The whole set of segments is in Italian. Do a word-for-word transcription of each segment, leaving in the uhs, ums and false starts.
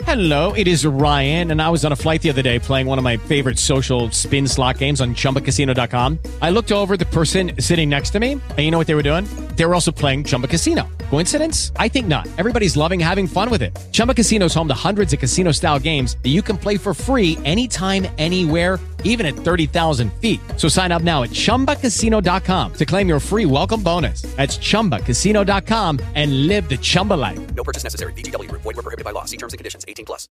Hello, it is Ryan, and I was on a flight the other day playing one of my favorite social spin slot games on Chumba Casino dot com. I looked over at the person sitting next to me, and you know what they were doing? They were also playing Chumba Casino. Coincidence? I think not. Everybody's loving having fun with it. Chumba Casino is home to hundreds of casino-style games that you can play for free anytime, anywhere, even at thirty thousand feet. So sign up now at Chumba Casino dot com to claim your free welcome bonus. That's Chumba Casino dot com and live the Chumba life. No purchase necessary. V G W. Void where prohibited by law. See terms and conditions. eighteen plus.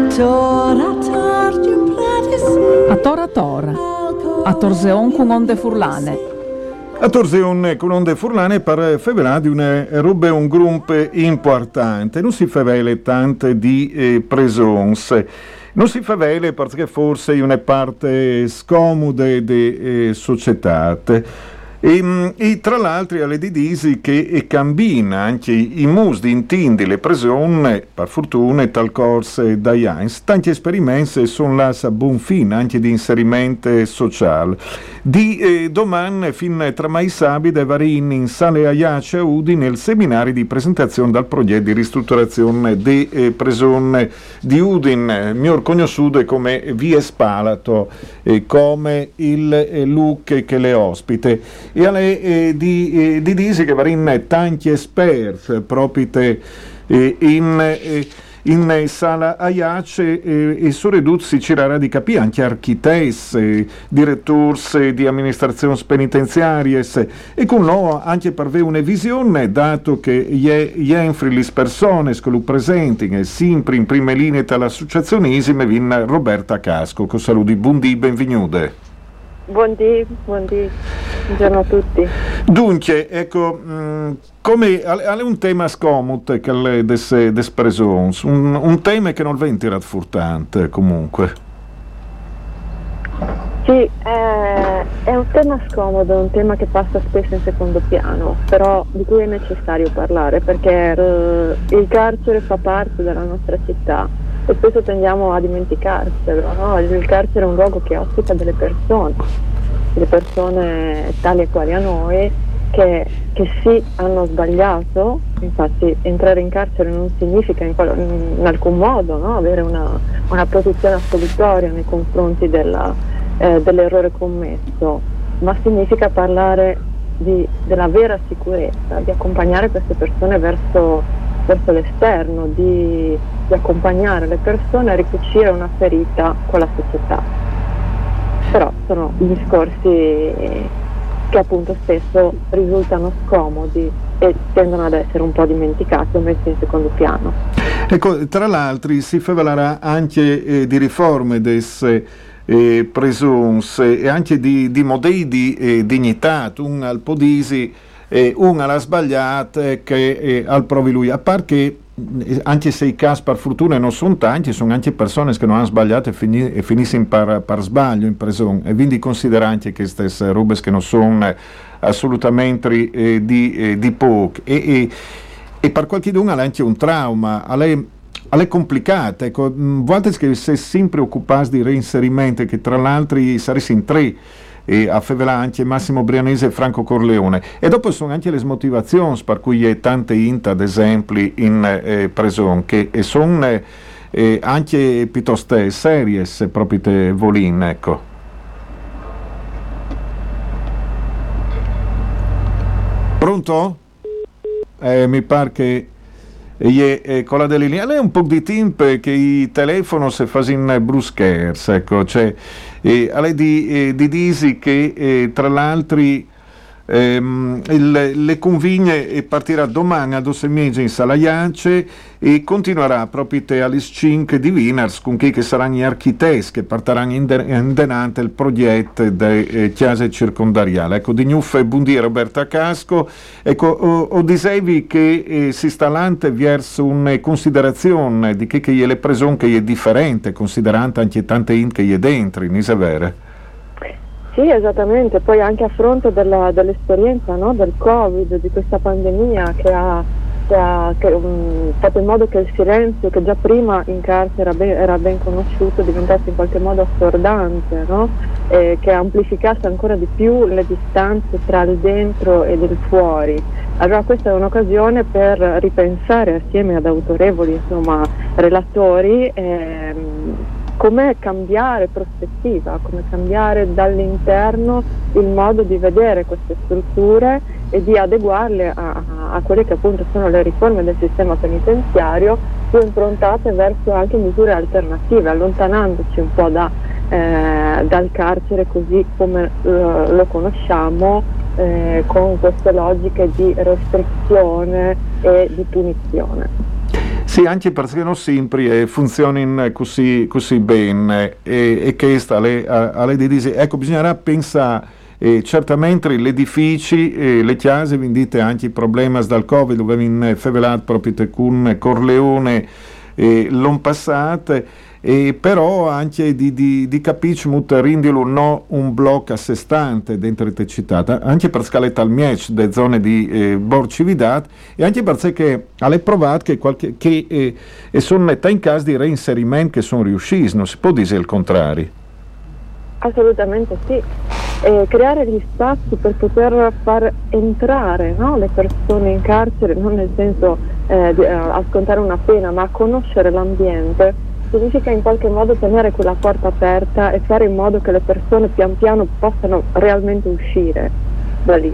A tora tora, a torseon con onde furlane. A torseon con onde furlane per fevelà di una roba un gruppo importante. Non si fevele tante di eh, presons. Non si fevele perché forse è una parte scomoda di eh, società. E, e tra l'altro alle di disi che e cambina anche i mus di intindi le presione per fortuna tal corse da Heinz tanti esperimenti sono là a buon fine anche di inserimento sociale di eh, domani fin tra mai sabide varin in sale Aiace a Udi nel seminario di presentazione dal progetto di ristrutturazione di eh, presone di Udin miglior conosciuto come Vie Spalato eh, come il eh, look che le ospite e alle eh, di, eh, di disi che varin tanti esperti proprio te, eh, in, eh, in sala Aiace eh, e su reduzzi cirara di capì anche architetti, eh, direttori di amministrazioni penitenziarie e con loro anche per avere una visione dato che gli enfri le persone che presenti e sempre in prime linee dall'associazionismo vin Roberta Casco con saluti buondì benvenude. Buondì, buondì, buongiorno a tutti. Dunque, ecco, mh, come è un tema scomodo che le des, des presons, un, un tema che non venti raffurtante comunque. Sì, è, è un tema scomodo, è un tema che passa spesso in secondo piano, però di cui è necessario parlare perché il, il carcere fa parte della nostra città. E spesso tendiamo a dimenticarselo, no? Il carcere è un luogo che ospita delle persone, delle persone tali e quali a noi, che, che sì hanno sbagliato, infatti entrare in carcere non significa in, qual- in alcun modo, no? Avere una, una protezione assolutoria nei confronti della, eh, dell'errore commesso, ma significa parlare di, della vera sicurezza, di accompagnare queste persone verso, verso l'esterno, di di accompagnare le persone a ricucire una ferita con la società. Però sono discorsi che appunto spesso risultano scomodi e tendono ad essere un po' dimenticati o messi in secondo piano. Ecco, tra l'altro si favorrà anche eh, di riforme desse eh, presons e anche di, di modelli di eh, dignità, un al podisi e un alla sbagliata che eh, al provi lui, a parte che anche se i casi per fortuna non sono tanti, sono anche persone che non hanno sbagliato e, fini, e finiscono per, per sbaglio in prigione e quindi considera anche queste robe che non sono assolutamente eh, di, eh, di poco e, e, e per qualcuno ha anche un trauma, è complicata, ecco, volte che si è sempre occupato di reinserimento che tra l'altro saresti in tre e a Fevelà anche Massimo Brianese e Franco Corleone e dopo sono anche le motivazioni per cui è tante int ad esempio in eh, preson che sono eh, anche piuttosto serie se proprio te volin ecco. Pronto? Eh, mi pare che e, e con la delle linee è un po' di tempo che i telefono si fa in bruschers ecco cioè e alle di, eh, di disi che eh, tra l'altro ehm, il, le convigne e partirà domani a due mesi in Sala Aiace e continuerà proprio te alle cinque di Wieners con chi che saranno gli architetti che partiranno in, de, in denante il progetto delle eh, chiese circondariali. Ecco, di Gnuffe buondì Roberta Casco, ecco, o, o dicevi che eh, si sta lante verso una considerazione di che, che gli è le preson che è differente, considerando anche tante int che gli è dentro, in isevere. Sì, esattamente, poi anche a fronte della, dell'esperienza no, del Covid, di questa pandemia che ha, che ha che, um, fatto in modo che il silenzio, che già prima in carcere era ben, era ben conosciuto, diventasse in qualche modo assordante, no? E che amplificasse ancora di più le distanze tra il dentro e il fuori. Allora questa è un'occasione per ripensare assieme ad autorevoli insomma, relatori, ehm, come cambiare prospettiva, come cambiare dall'interno il modo di vedere queste strutture e di adeguarle a, a quelle che appunto sono le riforme del sistema penitenziario, più improntate verso anche misure alternative, allontanandoci un po' da, eh, dal carcere così come eh, lo conosciamo, eh, con queste logiche di restrizione e di punizione. Sì, anche perché non sempre funzionano così, così bene, e, e questa alle, alle dice, ecco, bisognerà pensare. E certamente gli edifici e le case vendite anche i problemi dal Covid, dove in fevelato proprio con Corleone e l'on passate, e però anche di, di, di capire rendilo no un blocco a sé stante dentro le città, anche per scaletta al miec delle zone di eh, Borcividat, e anche perché alle provate che, qualche, che eh, e sono in caso di reinserimento che sono riusciti, non si può dire il contrario. Assolutamente sì, e creare gli spazi per poter far entrare, no, le persone in carcere, non nel senso eh, di, eh, a scontare una pena, ma a conoscere l'ambiente, significa in qualche modo tenere quella porta aperta e fare in modo che le persone pian piano possano realmente uscire da lì,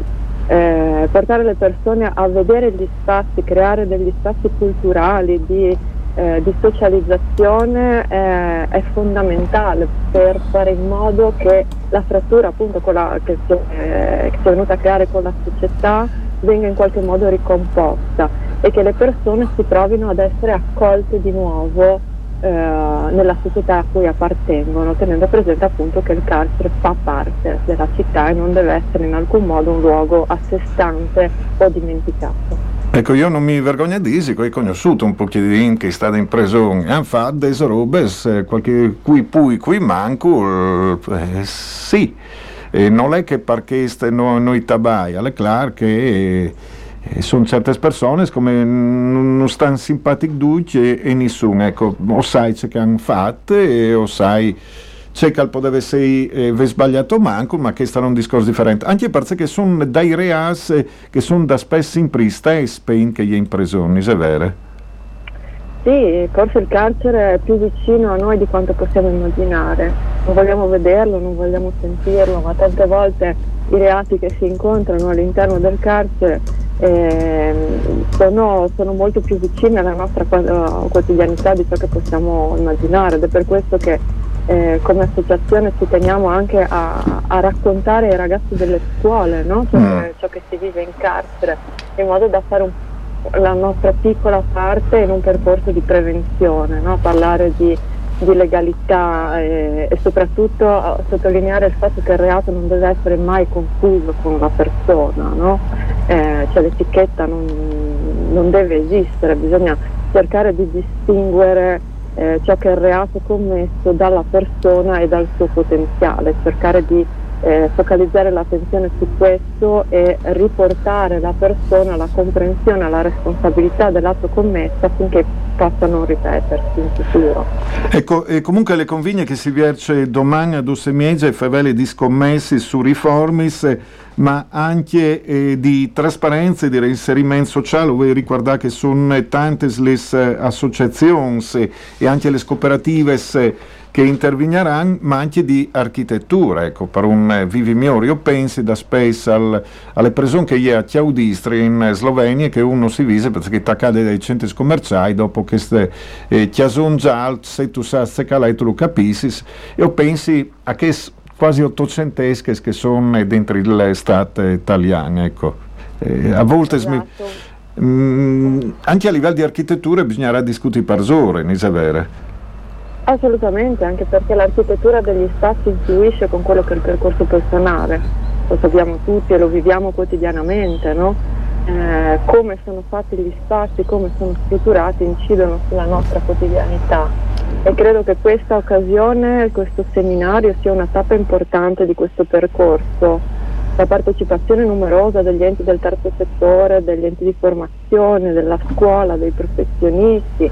eh, portare le persone a vedere gli spazi, creare degli spazi culturali di Eh, di socializzazione eh, è fondamentale per fare in modo che la frattura appunto quella che si, è, che si è venuta a creare con la società venga in qualche modo ricomposta e che le persone si trovino ad essere accolte di nuovo eh, nella società a cui appartengono, tenendo presente appunto che il carcere fa parte della città e non deve essere in alcun modo un luogo a sé stante o dimenticato. Ecco, io non mi vergogno di dire che ho conosciuto un pochettino che è stato in prigione, hanno fatto delle robe, qualche qui pui, qui manco, eh, sì, e non è che perché noi, noi tabai, è chiaro che eh, sono certe persone come non stanno simpatiche duce e, e nessuno, ecco, o sai che hanno fatto e o sai c'è che poteva essere eh, sbagliato manco, ma che sarà un discorso differente, anche perché sono dai reas eh, che sono da spesso in prista e Spain che gli è in prigione, è vero? Sì, forse il carcere è più vicino a noi di quanto possiamo immaginare, non vogliamo vederlo, non vogliamo sentirlo, ma tante volte i reati che si incontrano all'interno del carcere eh, sono, sono molto più vicini alla nostra quotidianità di ciò che possiamo immaginare, ed è per questo che Eh, come associazione ci teniamo anche a, a raccontare ai ragazzi delle scuole, no? ciò, mm. che, ciò che si vive in carcere, in modo da fare un, la nostra piccola parte in un percorso di prevenzione, no? Parlare di, di legalità e, e soprattutto sottolineare il fatto che il reato non deve essere mai confuso con la persona, no? eh, cioè l'etichetta non, non deve esistere, bisogna cercare di distinguere Eh, ciò che è il reato commesso dalla persona e dal suo potenziale, cercare di eh, focalizzare l'attenzione su questo e riportare la persona alla comprensione, alla responsabilità dell'atto commesso affinché possa non ripetersi in futuro. Ecco, e comunque le convigne che si vierce domani ad Ossemiege e favele di scommessi su riformis, ma anche eh, di trasparenza e di reinserimento sociale. Voi ricordate che sono tante le associazioni e anche le cooperative che intervegneranno, ma anche di architettura, ecco, per un vivi migliore. Io penso da spesso al, alle persone che è a Chiaudistri in Slovenia, che uno si vise perché accade dai centri commerciali dopo che ste eh, chiason già, se tu sai se calai tu lo capisci. Io penso a che quasi ottocentesche che sono dentro il Stato italiano, ecco. Eh, a volte esatto. smi- mm, anche a livello di architettura bisognerà discutere per ore, non è vero? Assolutamente, anche perché l'architettura degli spazi influisce con quello che è il percorso personale, lo sappiamo tutti e lo viviamo quotidianamente, no? Eh, come sono fatti gli spazi, come sono strutturati incidono sulla nostra quotidianità, e credo che questa occasione, questo seminario sia una tappa importante di questo percorso. La partecipazione numerosa degli enti del terzo settore, degli enti di formazione, della scuola, dei professionisti,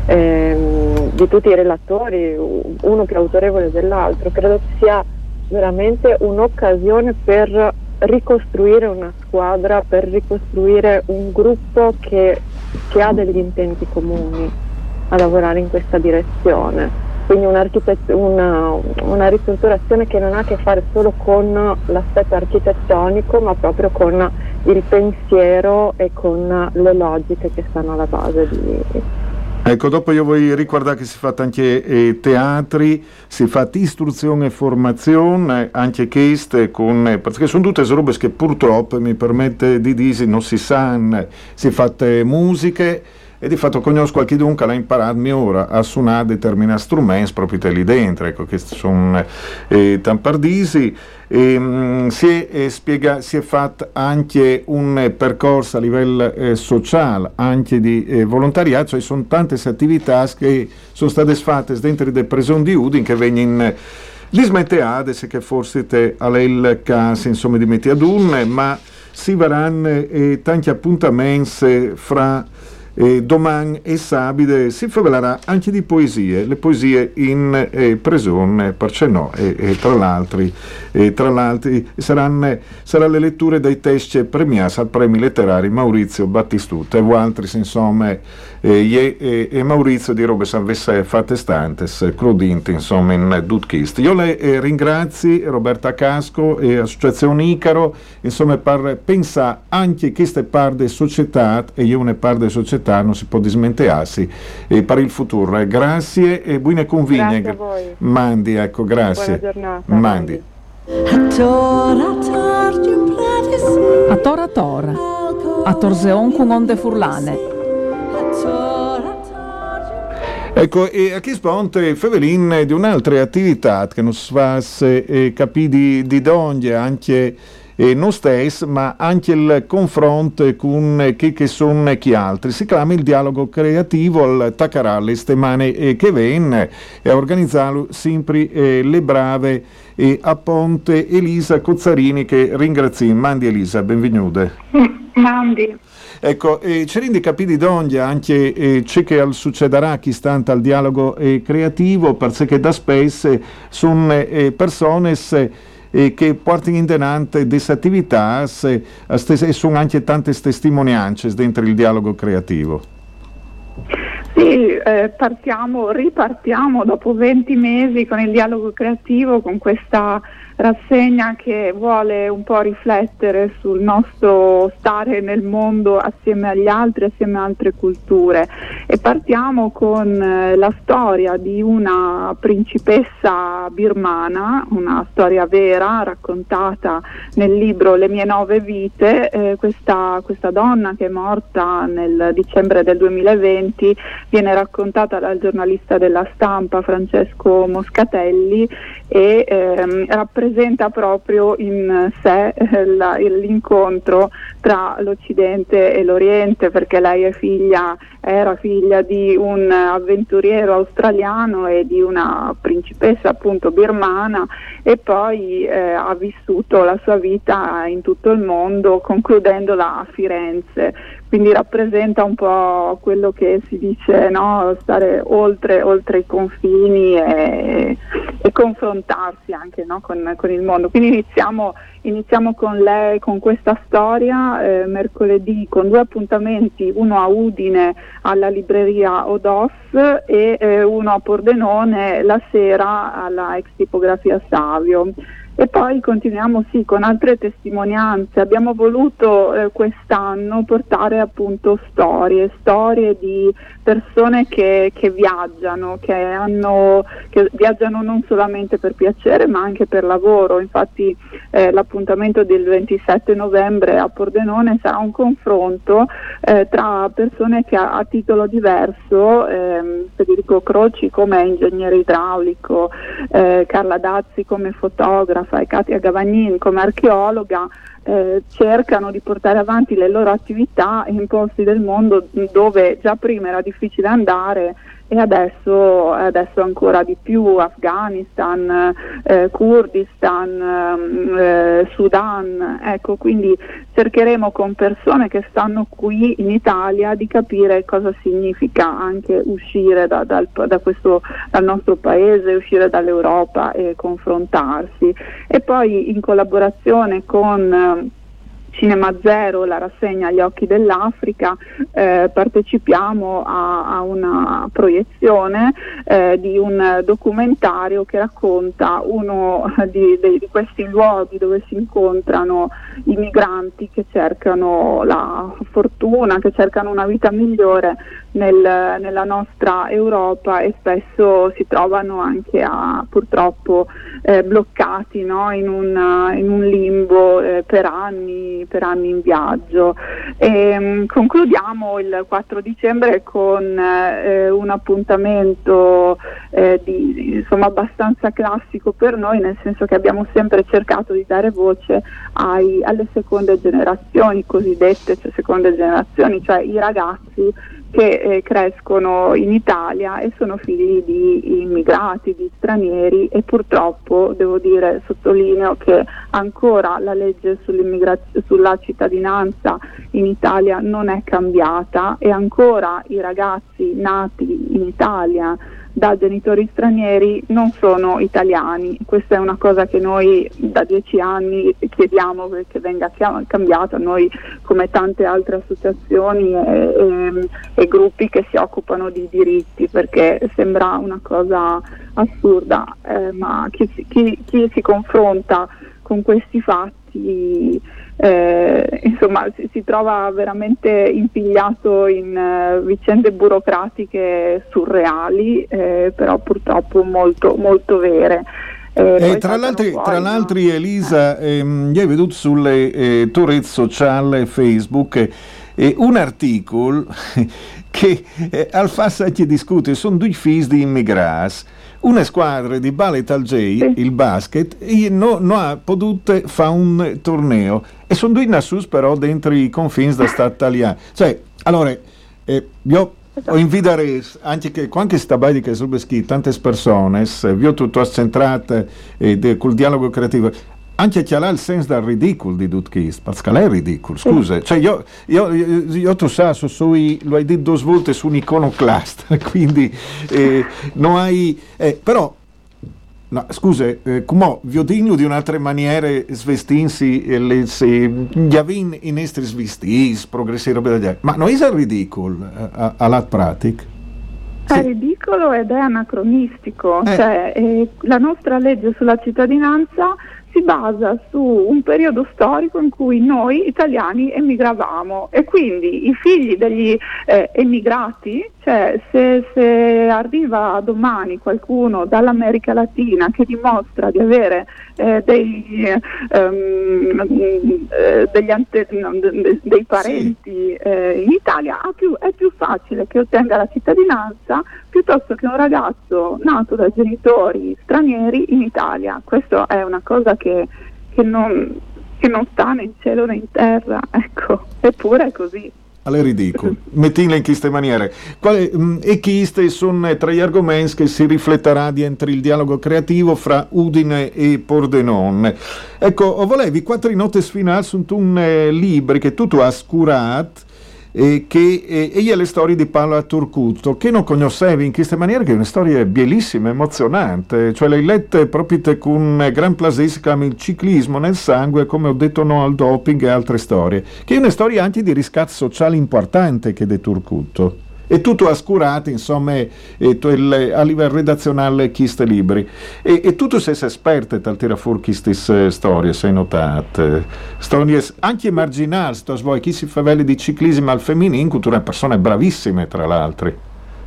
ehm, di tutti i relatori, uno più autorevole dell'altro, credo che sia veramente un'occasione per ricostruire una squadra, per ricostruire un gruppo che, che ha degli intenti comuni. a lavorare in questa direzione. Quindi un'architett- una, una ristrutturazione che non ha a che fare solo con l'aspetto architettonico, ma proprio con il pensiero e con le logiche che stanno alla base di... Ecco, dopo io voglio ricordare che si fa anche eh, teatri, si fa istruzione e formazione, anche queste, con, eh, perché sono tutte robe che purtroppo, mi permette di dire, non si sanno, si fatte musiche, e di fatto conosco qualche dunque l'ha imparato ora a suonare determinati strumenti proprio lì dentro, ecco, che sono eh, tampardisi. E, mh, si, è, eh, spiega, si è fatto anche un eh, percorso a livello eh, sociale, anche di eh, volontariato, cioè sono tante attività che sono state fatte dentro le prisioni di Udine che vengono dismetteate, se che forse te a lei il caso insomma di metti ad un, ma si varranno eh, tanti appuntamenti fra E domani e sabato si parlerà anche di poesie, le poesie in eh, prigione, perché no, e, e tra l'altro e tra l'altro saranno, saranno le letture dei testi premiati al Premi Letterari Maurizio Battistuta e altri, insomma, eh, e, e Maurizio di robe salvesse fatte stantes, crodinte, insomma, in Dutchist. Io le eh, ringrazio Roberta Casco e Associazione Icaro, insomma, per pensare anche queste parte società, e io ne parte di società non si può dismentearsi e per il futuro. Eh, grazie e buone convigne. Grazie a voi. Mandi, ecco, grazie. Buona giornata. Mandi. A tora tora, a torzeon con onde furlane. Ecco, e a chi sponte Fevelin di un'altra attività che non si fa eh, capire di, di donne anche e non stesso, ma anche il confronto con chi che sono chi altri. Si chiama il dialogo creativo al Taccarale stemane e che venne e a organizzarlo sempre eh, le brave e a Ponte Elisa Cozzarini che ringrazio. Mandi Elisa, benvenute. Mandi. Ecco, eh, ci rendi capire donne anche eh, ciò che al succederà chi stante al dialogo eh, creativo, perché da spesso sono eh, persone se, e che portano in denante queste attività e sono anche tante testimonianze dentro il dialogo creativo. Sì, eh, partiamo, ripartiamo dopo venti mesi con il dialogo creativo, con questa rassegna che vuole un po' riflettere sul nostro stare nel mondo assieme agli altri, assieme a altre culture, e partiamo con eh, la storia di una principessa birmana, una storia vera raccontata nel libro Le mie nove vite. Eh, questa, questa donna che è morta nel dicembre del duemilaventi viene raccontata dal giornalista della Stampa Francesco Moscatelli e ehm, rappresenta proprio in sé eh, la, l'incontro tra l'Occidente e l'Oriente, perché lei è figlia, era figlia di un avventuriero australiano e di una principessa appunto birmana, e poi eh, ha vissuto la sua vita in tutto il mondo, concludendola a Firenze. Quindi rappresenta un po' quello che si dice, no? Stare oltre, oltre i confini e, e confrontarsi anche, no? con, con il mondo. Quindi iniziamo, iniziamo con lei, con questa storia, eh, mercoledì con due appuntamenti, uno a Udine alla libreria Odos e eh, uno a Pordenone la sera alla ex tipografia Savio. E poi continuiamo sì con altre testimonianze. Abbiamo voluto eh, quest'anno portare appunto storie, storie di persone che, che viaggiano, che, hanno, che viaggiano non solamente per piacere ma anche per lavoro. Infatti eh, l'appuntamento del ventisette novembre a Pordenone sarà un confronto eh, tra persone che a, a titolo diverso, eh, Federico Croci come ingegnere idraulico, eh, Carla Dazzi come fotografa e Katia Gavagnin come archeologa, eh, cercano di portare avanti le loro attività in posti del mondo dove già prima era difficile andare e adesso, adesso ancora di più, Afghanistan, eh, Kurdistan, eh, Sudan. Ecco, quindi cercheremo con persone che stanno qui in Italia di capire cosa significa anche uscire da, dal, da questo, dal nostro paese, uscire dall'Europa e confrontarsi. E poi in collaborazione con Cinema Zero, la rassegna Gli occhi dell'Africa, eh, partecipiamo a, a una proiezione eh, di un documentario che racconta uno di, di, di questi luoghi dove si incontrano i migranti che cercano la fortuna, che cercano una vita migliore nel, nella nostra Europa, e spesso si trovano anche a, purtroppo eh, bloccati, no? in, un, in un limbo eh, per anni, per anni in viaggio. E, mh, concludiamo il quattro dicembre con eh, un appuntamento eh, di, insomma, abbastanza classico per noi, nel senso che abbiamo sempre cercato di dare voce ai, alle seconde generazioni cosiddette, cioè seconde generazioni, cioè i ragazzi che eh, crescono in Italia e sono figli di immigrati, di stranieri, e purtroppo devo dire, sottolineo che ancora la legge sulla cittadinanza in Italia non è cambiata, e ancora i ragazzi nati in Italia da genitori stranieri non sono italiani. Questa è una cosa che noi da dieci anni chiediamo che venga cambiata, noi come tante altre associazioni e, e, e gruppi che si occupano di diritti, perché sembra una cosa assurda, eh, ma chi, chi, chi si confronta con questi fatti Eh, insomma si, si trova veramente impigliato in uh, vicende burocratiche surreali, eh, però purtroppo molto, molto vere. Eh, e tra l'altro, fuori, tra l'altro no? Elisa, ehm, io ho veduto sulle eh, tue reti sociali Facebook eh, un articolo che eh, al Fassa che discute sono due figli di immigrati. Una squadra di Ballet Algei, sì. il basket, e non no ha potuto fare un torneo, e sono due nassus però dentro i confini da Stato italiano. Cioè, allora, eh, io ho invitato anche che quando sta bene che sono tante persone, vi ho tutto accentrato eh, col dialogo creativo, anche che ha il senso del ridicolo di tutto questo, perché è ridicolo, scusa, cioè io, io, io, io tu sai, so, so, lo hai detto due volte su un iconoclasta, quindi eh, non hai, eh, però, no, scusa, eh, come vi ho detto di un'altra maniera svestinsi, eh, le, se, gli avin in estri svestis, progressi, roba da ma non è il ridicolo eh, all'at pratic? È ridicolo ed è anacronistico, eh. cioè eh, la nostra legge sulla cittadinanza si basa su un periodo storico in cui noi italiani emigravamo, e quindi i figli degli eh, emigrati, cioè se, se arriva domani qualcuno dall'America Latina che dimostra di avere eh, dei, ehm, eh, degli ante- no, de- dei parenti eh, in Italia, ha più, è più facile che ottenga la cittadinanza piuttosto che un ragazzo nato da genitori stranieri in Italia. Questa è una cosa che, che, non, che non sta né in cielo né in terra, ecco, eppure è così. È ridicolo, mettinle in queste maniere. Quale, mh, e questi sono tra gli argomenti che si rifletterà dentro il dialogo creativo fra Udine e Pordenone. Ecco, volevi quattro note finali su un eh, libro che tu, tu hai curato, e che eh, e le storie di Paola Turcuto, che non conoscevi in questa maniera, che è una storia bellissima, emozionante, cioè l'hai letta proprio te con gran plaisir, si chiama Il ciclismo nel sangue, come ho detto no al doping e altre storie, che è una storia anche di riscatto sociale importante che è Turcuto. E tutto assicurato, insomma, e, e tu, il, a livello redazionale questi libri, e, e tu sei esperto dal tirare fuori queste storie, sei notate storie anche marginali, sto svoi chi si fa velle di ciclismo al femminile, con tutte persone bravissime tra l'altro.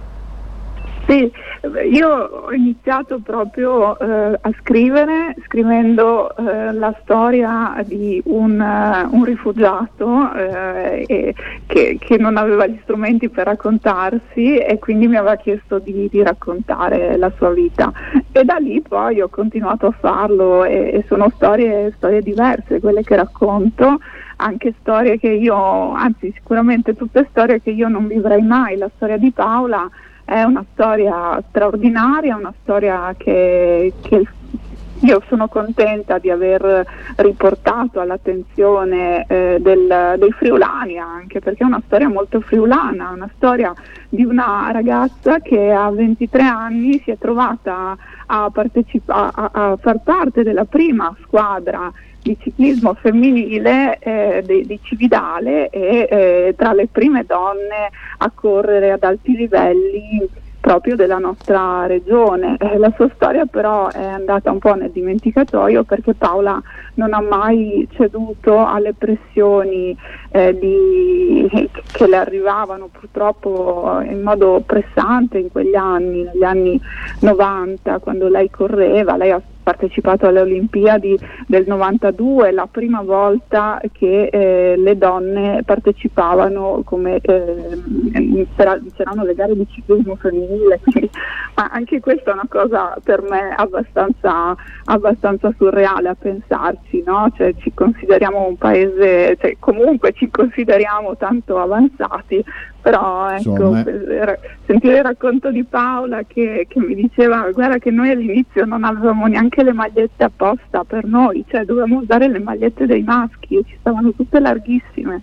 Sì, io ho iniziato proprio eh, a scrivere, scrivendo eh, la storia di un, uh, un rifugiato eh, e, che, che non aveva gli strumenti per raccontarsi, e quindi mi aveva chiesto di, di raccontare la sua vita, e da lì poi ho continuato a farlo, e, e sono storie, storie diverse quelle che racconto, anche storie che io, anzi sicuramente tutte storie che io non vivrei mai. La storia di Paola è una storia straordinaria, una storia che, che Io sono contenta di aver riportato all'attenzione eh, del, dei friulani, anche perché è una storia molto friulana, una storia di una ragazza che a ventitré anni si è trovata a, partecipa- a, a far parte della prima squadra di ciclismo femminile eh, di, di Cividale e eh, tra le prime donne a correre ad alti livelli proprio della nostra regione. Eh, la sua storia però è andata un po' nel dimenticatoio, perché Paola non ha mai ceduto alle pressioni eh, di, che le arrivavano purtroppo in modo pressante in quegli anni, negli anni novanta, quando lei correva. Lei ha partecipato alle Olimpiadi del novantadue, la prima volta che eh, le donne partecipavano come eh, c'erano le gare di ciclismo femminile, quindi, ma anche questa è una cosa per me abbastanza, abbastanza surreale a pensarci, no? Cioè, ci consideriamo un paese, cioè, comunque ci consideriamo tanto avanzati, però ecco, per, sentire il racconto di Paola che, che mi diceva: guarda che noi all'inizio non avevamo neanche le magliette apposta per noi, cioè dovevamo usare le magliette dei maschi e ci stavano tutte larghissime.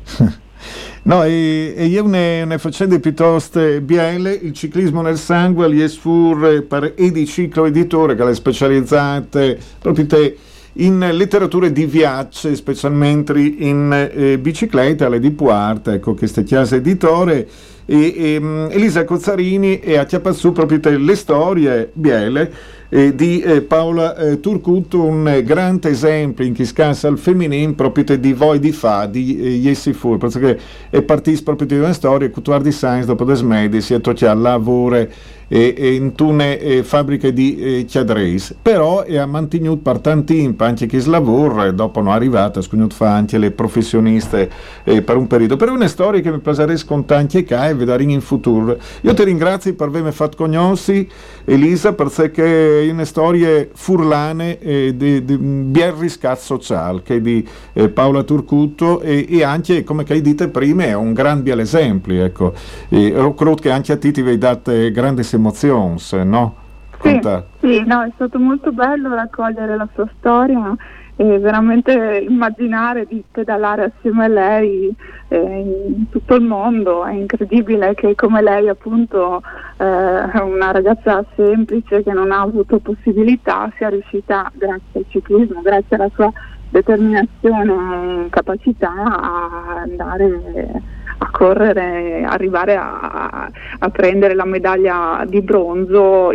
No, e, e io ne, ne facendo piuttosto biele, il ciclismo nel sangue, gli esfur per Ediciclo Editore, che le specializzate proprio te in letterature di viaggi, specialmente in eh, bicicletta, alle di Puarta, ecco, queste chiese editore. E, e um, Elisa Cozzarini e a chiappasù proprio te le storie biele eh, di eh, Paola eh, Turcutto, un eh, grande esempio in chi scassa al femminile proprio te di voi di fa di eh, Jessi Fur, perché è partito proprio di una storia culturale di science dopo des medi si è toccato a lavoro e, e in tune eh, fabbriche di eh, Chiadreis, però è ha mantenuto per tanti tempo anche chi lavora, dopo non è arrivata scognut fa anche le professioniste eh, per un periodo, però è una storia che mi piacerebbe scontare anche qua e vedere in futuro. Io ti ringrazio per avermi fatto conoscere, Elisa, perché è una storia furlane eh, di, di bien riscatto sociale che di eh, Paola Turcutto e, e anche, come hai detto prima, è un gran bel esempio, ecco. E io credo che anche a te ti hai dato grandi emozioni, no? Sì, sì, no, è stato molto bello raccogliere la sua storia e veramente immaginare di pedalare assieme a lei eh, in tutto il mondo. È incredibile che come lei, appunto, eh, una ragazza semplice che non ha avuto possibilità, sia riuscita, grazie al ciclismo, grazie alla sua determinazione e capacità, a andare a correre, arrivare a, a prendere la medaglia di bronzo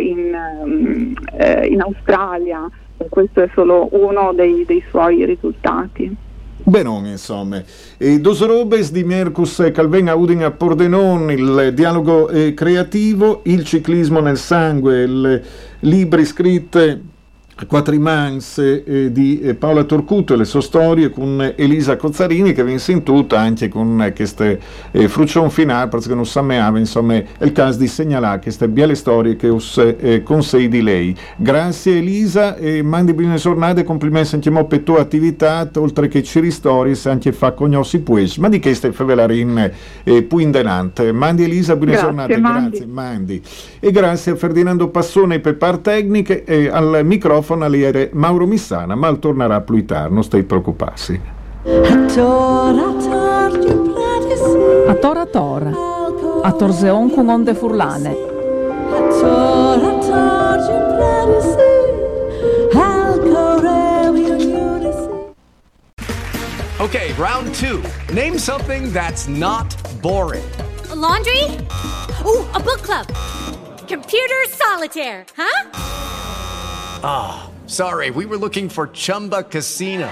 in, eh, in Australia. E questo è solo uno dei, dei suoi risultati. Benon, insomma. E dos robes di Mercus Calvenga Udin a Pordenon, il dialogo eh, creativo, il ciclismo nel sangue, il libri scritte Quatrimans eh, di eh, Paola Turcutto e le sue storie con Elisa Cozzarini, che vinse in tutto anche con eh, queste eh, fruccion finale, perché non sapeva, insomma, è il caso di segnalare queste belle storie che us eh, consegui di lei. Grazie Elisa e mandi buone giornate, complimenti anche mo per tua attività, oltre che ci ristori anche fa cognosci pues, ma di che stai favelarin eh, più indenante. Mandi Elisa, buone grazie, giornate, mandi. grazie, mandi. E grazie a Ferdinando Passone per par tecniche e al microfono aliere Mauro Missana, ma tornerà più tardi, non stai preoccuparsi. A tora tora, a torzeon con onde furlane. Okay, round two. Name something that's not boring. A laundry? Ooh, a book club. Computer solitaire, huh? Ah, oh, sorry, we were looking for Chumba Casino.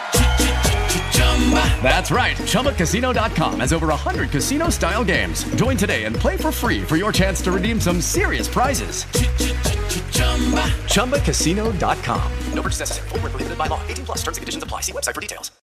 That's right, Chumba Casino dot com has over one hundred casino-style games. Join today and play for free for your chance to redeem some serious prizes. Chumba Casino dot com. No purchase necessary. Void where prohibited by law. eighteen plus terms and conditions apply. See website for details.